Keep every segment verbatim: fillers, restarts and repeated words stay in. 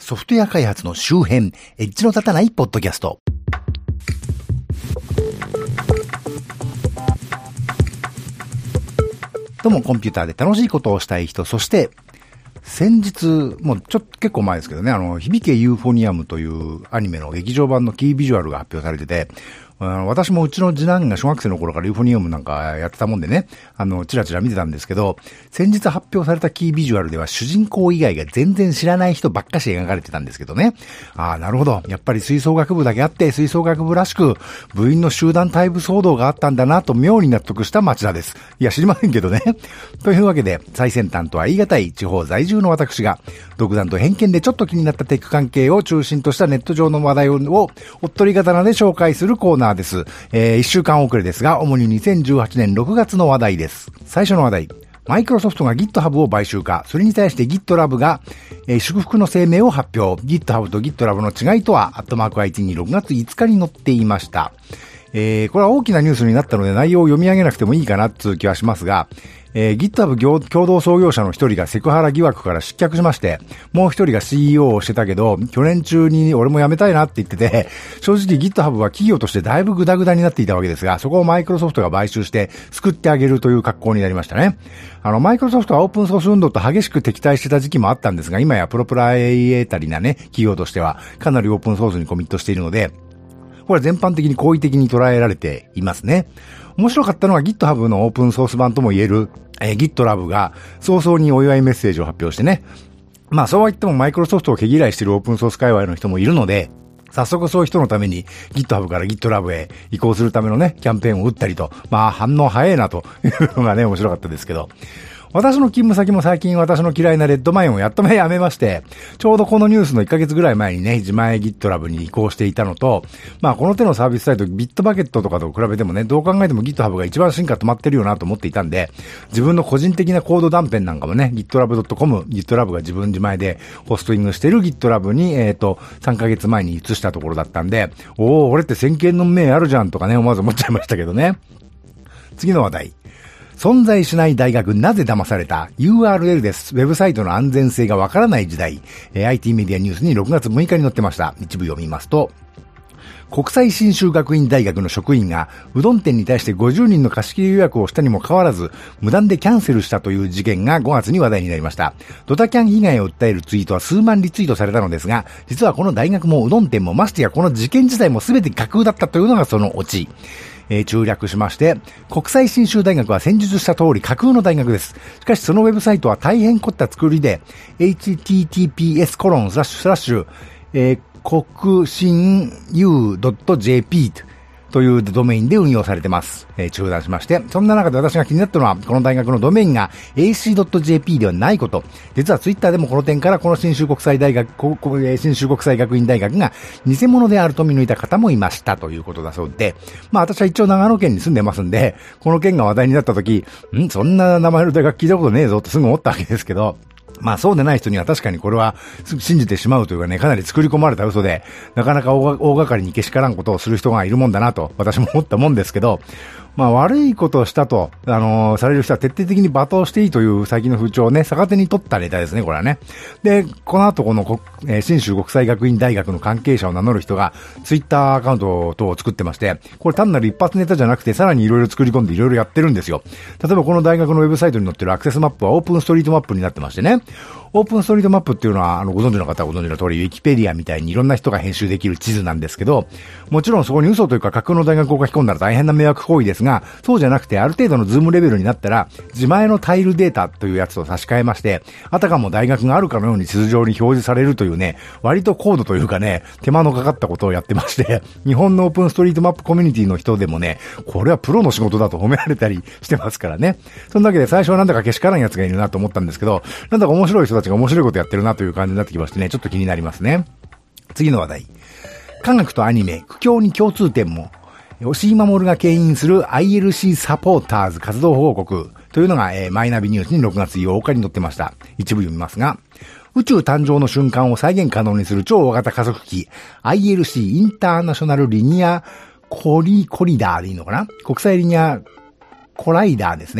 ソフトウェア開発の周辺、エッジの立たないポッドキャスト。どうもコンピューターで楽しいことをしたい人、そして先日、もうちょっと結構前ですけどね、あの、響けユーフォニアムというアニメの劇場版のキービジュアルが発表されてて、あの私もうちの次男が小学生の頃からユーフォニアムなんかやってたもんでね、あの、チラチラ見てたんですけど、先日発表されたキービジュアルでは主人公以外が全然知らない人ばっかし描かれてたんですけどね。ああ、なるほど。やっぱり吹奏楽部だけあって、吹奏楽部らしく、部員の集団退部騒動があったんだなと妙に納得した町田です。いや、知りませんけどね。というわけで、最先端とは言い難い地方在住の私が、独断と偏見でちょっと気になったテック関係を中心としたネット上の話題を、おっとり刀で紹介するコーナーです。えー、一週間遅れですが、主ににせんじゅうはちねんろくがつの話題です。最初の話題。マイクロソフトが GitHub を買収か、それに対して GitLab が、えー、祝福の声明を発表。GitHub と GitLab の違いとは、アットマーク アイティー にろくがついつかに載っていました。えー、これは大きなニュースになったので内容を読み上げなくてもいいかなっていう気はしますが、えー、GitHub 共同創業者の一人がセクハラ疑惑から失脚しまして、もう一人が シーイーオー をしてたけど、去年中に俺も辞めたいなって言ってて、正直 GitHub は企業としてだいぶグダグダになっていたわけですが、そこをマイクロソフトが買収して救ってあげるという格好になりましたね。あの、マイクロソフトはオープンソース運動と激しく敵対してた時期もあったんですが、今やプロプライエータリなね、企業としてはかなりオープンソースにコミットしているので、これは全般的に好意的に捉えられていますね。面白かったのは GitHub のオープンソース版とも言える、えー、GitLab が早々にお祝いメッセージを発表してね。まあそうは言ってもマイクロソフトを毛嫌いしているオープンソース界隈の人もいるので、早速そういう人のために GitHub から GitLab へ移行するためのね、キャンペーンを打ったりと、まあ反応早いなというのがね、面白かったですけど。私の勤務先も最近私の嫌いなレッドマインをやっとめやめまして、ちょうどこのニュースのいっかげつぐらい前にね、自前 GitLab に移行していたのと、まあこの手のサービスサイトビットバケットとかと比べてもね、どう考えても GitHub が一番進化止まってるよなと思っていたんで、自分の個人的なコード断片なんかもね、GitLab ドットコム、GitLab が自分自前でホストイングしている GitLab に、えっと、さんかげつまえに移したところだったんで、おー、俺って先見の明あるじゃんとかね、思わず思っちゃいましたけどね。次の話題。存在しない大学なぜ騙された ユーアールエル です。ウェブサイトの安全性がわからない時代、えー、アイティー メディアニュースにろくがつむいかに載ってました。一部読みますと、国際信州学院大学の職員がうどん店に対してごじゅうにんの貸し切り予約をしたにもかかわらず無断でキャンセルしたという事件がごがつに話題になりました。ドタキャン被害を訴えるツイートは数万リツイートされたのですが、実はこの大学もうどん店もましてやこの事件自体も全て架空だったというのがそのオチ。えー、中略しまして、国際信州大学は先述した通り架空の大学です。しかしそのウェブサイトは大変凝った作りで、エイチティーティーピーエスコロンスラッシュスラッシュ、えー、国信 ユードットジェーピー というドメインで運用されてます。えー、中断しまして、そんな中で私が気になったのは、この大学のドメインが エーシードットジェーピー ではないこと。実はツイッターでもこの点からこの信州国際大学、信州国際学院大学が偽物であると見抜いた方もいましたということだそうで、まあ私は一応長野県に住んでますんで、この県が話題になった時、んそんな名前の大学聞いたことねえぞとすぐ思ったわけですけど、まあそうでない人には確かにこれは信じてしまうというかね、かなり作り込まれた嘘で、なかなか大掛かりにけしからんことをする人がいるもんだなと私も思ったもんですけど、まあ悪いことをしたと、あのー、される人は徹底的に罵倒していいという最近の風潮をね、逆手に取ったネタですね、これはね。で、この後この、えー、信州国際学院大学の関係者を名乗る人がツイッターアカウント等を作ってまして、これ単なる一発ネタじゃなくてさらにいろいろ作り込んでいろいろやってるんですよ。例えばこの大学のウェブサイトに載ってるアクセスマップはオープンストリートマップになってましてね。オープンストリートマップっていうのは、あの、ご存知の方はご存知の通り、ウィキペディアみたいにいろんな人が編集できる地図なんですけど、もちろんそこに嘘というか架空の大学を書き込んだら大変な迷惑行為ですが、そうじゃなくてある程度のズームレベルになったら、自前のタイルデータというやつを差し替えまして、あたかも大学があるかのように地図上に表示されるというね、割と高度というかね、手間のかかったことをやってまして、日本のオープンストリートマップコミュニティの人でもね、これはプロの仕事だと褒められたりしてますからね。そのだけで最初はなんだかけしからんやつがいるなと思ったんですけど、なんだか面白い人たちが面白いことやってるなという感じになってきましてね、ちょっと気になりますね。次の話題。科学とアニメ、苦境に共通点も。吉井守が牽引する アイエルシー サポーターズ活動報告というのが、えー、マイナビニュースにろくがつようかに載ってました。一部読みますが、宇宙誕生の瞬間を再現可能にする超大型加速器 アイエルシー インターナショナルリニアコリコリダーでいいのかな、国際リニアコライダーですね。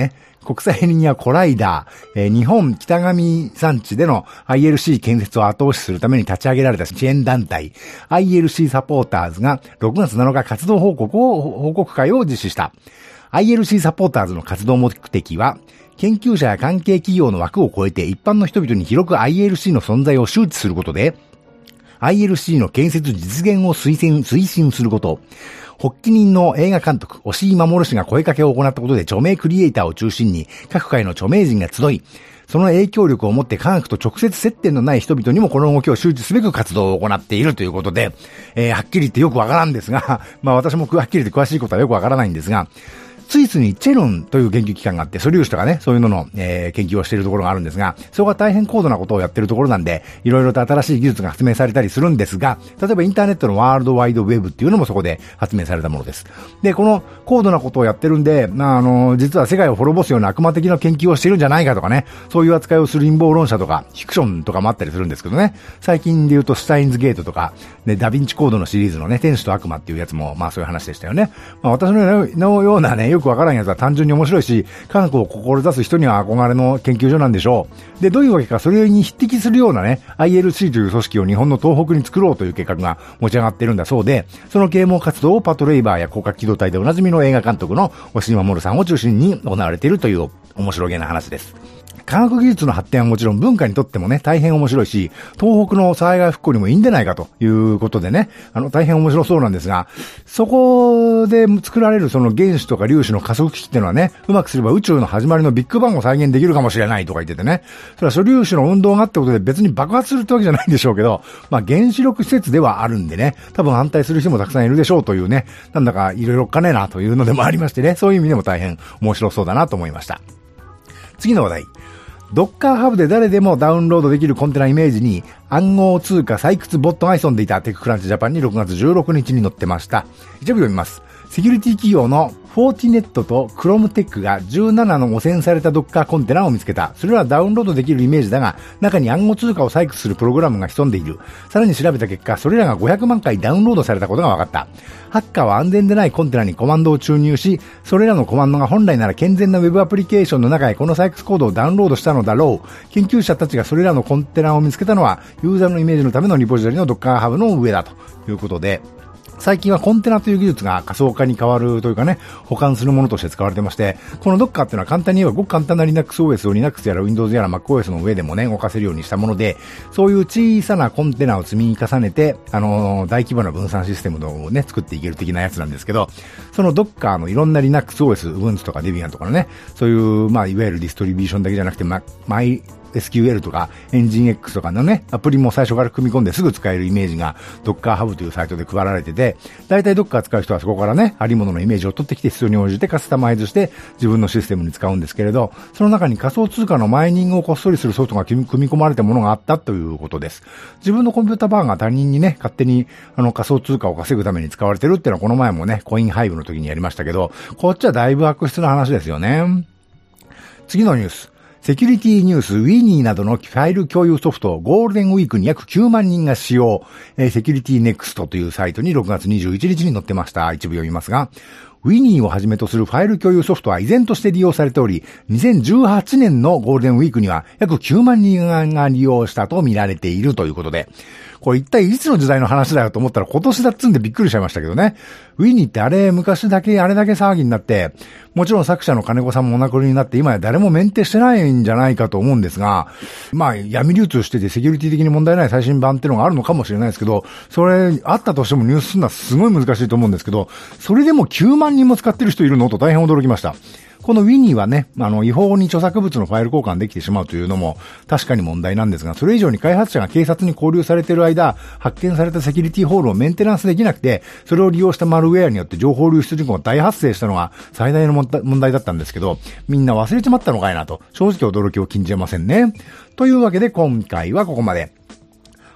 国際リニアコライダー、えー、日本北上山地での アイエルシー 建設を後押しするために立ち上げられた支援団体 アイエルシー サポーターズがろくがつなのか活動報告を報告会を実施した。 アイエルシー サポーターズの活動目的は研究者や関係企業の枠を超えて一般の人々に広く アイエルシー の存在を周知することで アイエルシー の建設実現を推薦、推進すること。発起人の映画監督、押井守氏が声かけを行ったことで著名クリエイターを中心に各界の著名人が集い、その影響力を持って科学と直接接点のない人々にもこの動きを周知すべく活動を行っているということで、えー、はっきり言ってよくわからんですが、まあ私もはっきり言って詳しいことはよくわからないんですが、スイスにチェロンという研究機関があって、素粒子とかね、そういうのの、えー、研究をしているところがあるんですが、そこが大変高度なことをやっているところなんで、いろいろと新しい技術が発明されたりするんですが、例えばインターネットのワールドワイドウェブっていうのもそこで発明されたものです。で、この高度なことをやってるんで、まあ、あの、実は世界を滅ぼすような悪魔的な研究をしているんじゃないかとかね、そういう扱いをする陰謀論者とか、フィクションとかもあったりするんですけどね、最近で言うとスタインズゲートとか、ね、ダヴィンチコードのシリーズのね、天使と悪魔っていうやつも、まあそういう話でしたよね。まあ私のようなね、よくわからんやつは単純に面白いし、科学を志す人には憧れの研究所なんでしょう。で、どういうわけか、それに匹敵するようなね、アイエルシー という組織を日本の東北に作ろうという計画が持ち上がっているんだそうで、その啓蒙活動をパトレイバーや広角機動隊でおなじみの映画監督の押井守さんを中心に行われているという面白げな話です。科学技術の発展はもちろん文化にとってもね、大変面白いし、東北の災害復興にもいいんでないかということでね、あの、大変面白そうなんですが、そこで作られるその原子とか粒子の加速器っていうのはね、うまくすれば宇宙の始まりのビッグバンを再現できるかもしれないとか言っててね、それは素粒子の運動がってことで別に爆発するってわけじゃないんでしょうけど、まあ原子力施設ではあるんでね、多分反対する人もたくさんいるでしょうというね、なんだかいろいろおっかねえなというのでもありましてね、そういう意味でも大変面白そうだなと思いました。次の話題。ドッカーハブで誰でもダウンロードできるコンテナイメージに暗号通貨採掘ボットが潜んでいたテッククランチジャパンにろくがつじゅうろくにちに載ってました。一部読みます。セキュリティ企業のフォーティネットとクロムテックがじゅうななの汚染されたドッカーコンテナを見つけた。それはダウンロードできるイメージだが、中に暗号通貨を採掘するプログラムが潜んでいる。さらに調べた結果、それらがごひゃくまんかいダウンロードされたことが分かった。ハッカーは安全でないコンテナにコマンドを注入し、それらのコマンドが本来なら健全なウェブアプリケーションの中へこの採掘コードをダウンロードしたのだろう。研究者たちがそれらのコンテナを見つけたのは、ユーザーのイメージのためのリポジトリのドッカーハブの上だということで、最近はコンテナという技術が仮想化に変わるというかね、保管するものとして使われてまして、この Docker っていうのは簡単に言えばごく簡単な Linux オーエス を Linux やら Windows やら MacOS の上でもね、動かせるようにしたもので、そういう小さなコンテナを積み重ねて、あのー、大規模な分散システムをね、作っていける的なやつなんですけど、その Docker のいろんな Linux オーエス、Ubuntu とか Debian とかのね、そういう、まあ、いわゆるディストリビューションだけじゃなくて、ま、マイ、エスキューエル とか エンジンエックス とかのね、アプリも最初から組み込んですぐ使えるイメージが Docker Hub というサイトで配られてて、大体 Docker 使う人はそこからね、ありもののイメージを取ってきて必要に応じてカスタマイズして自分のシステムに使うんですけれど、その中に仮想通貨のマイニングをこっそりするソフトが組み込まれたものがあったということです。自分のコンピュータバーが他人にね、勝手にあの仮想通貨を稼ぐために使われてるっていうのはこの前もね、コインハイブの時にやりましたけど、こっちはだいぶ悪質な話ですよね。次のニュース。セキュリティニュース、ウィニーなどのファイル共有ソフトをゴールデンウィークに約きゅうまんにんが使用。えー、セキュリティネクストというサイトにろくがつにじゅういちにちに載ってました。一部読みますが、ウィニーをはじめとするファイル共有ソフトは依然として利用されており、にせんじゅうはちねんのゴールデンウィークには約きゅうまんにんが利用したと見られているということで、これ一体いつの時代の話だよと思ったら今年だっつんでびっくりしちゃいましたけどね。ウィニーってあれ昔だけあれだけ騒ぎになって、もちろん作者の金子さんもお亡くなりになって今や誰もメンテしてないんじゃないかと思うんですが、まあ闇流通しててセキュリティ的に問題ない最新版っていうのがあるのかもしれないですけど、それあったとしてもニュースするのはすごい難しいと思うんですけど、それでもきゅうまんにんも使ってる人いるのと大変驚きました。このウィニーはね、あの、違法に著作物のファイル交換できてしまうというのも確かに問題なんですが、それ以上に開発者が警察に勾留されている間、発見されたセキュリティホールをメンテナンスできなくて、それを利用したマルウェアによって情報流出事故が大発生したのが最大の問題だったんですけど、みんな忘れちまったのかいなと、正直驚きを禁じませんね。というわけで今回はここまで。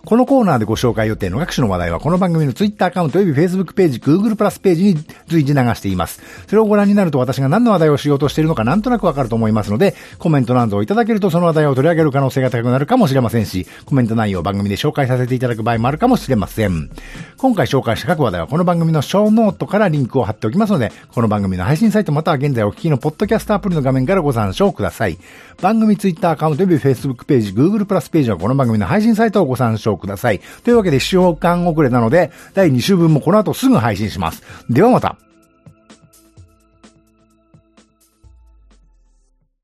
このコーナーでご紹介予定の各種の話題はこの番組の Twitter アカウント及び Facebook ページ、Google プラスページに随時流しています。それをご覧になると私が何の話題をしようとしているのかなんとなくわかると思いますので、コメントなどをいただけるとその話題を取り上げる可能性が高くなるかもしれませんし、コメント内容を番組で紹介させていただく場合もあるかもしれません。今回紹介した各話題はこの番組のショーノートからリンクを貼っておきますので、この番組の配信サイトまたは現在お聞きのポッドキャストアプリの画面からご参照ください。番組 Twitter アカウント及び Facebook ページ、Google プラスページはこの番組の配信サイトをご参照ください。というわけでいっしゅうかん遅れなので、だいに週分もこの後すぐ配信します。ではまた。